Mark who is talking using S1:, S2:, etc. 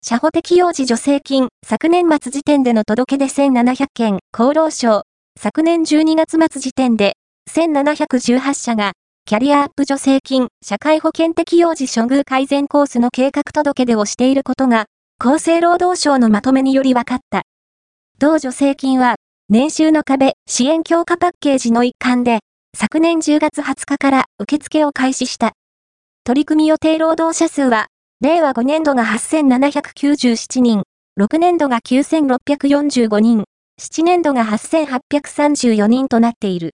S1: 社保適用時助成金、昨年末時点での届け出1700件、厚労省、昨年12月末時点で、1718社が、キャリアアップ助成金、社会保険適用時処遇改善コースの計画届出をしていることが、厚生労働省のまとめにより分かった。同助成金は、年収の壁、支援強化パッケージの一環で、昨年10月20日から受付を開始した。取り組み予定労働者数は、令和5年度が8797人、6年度が9645人、7年度が8834人となっている。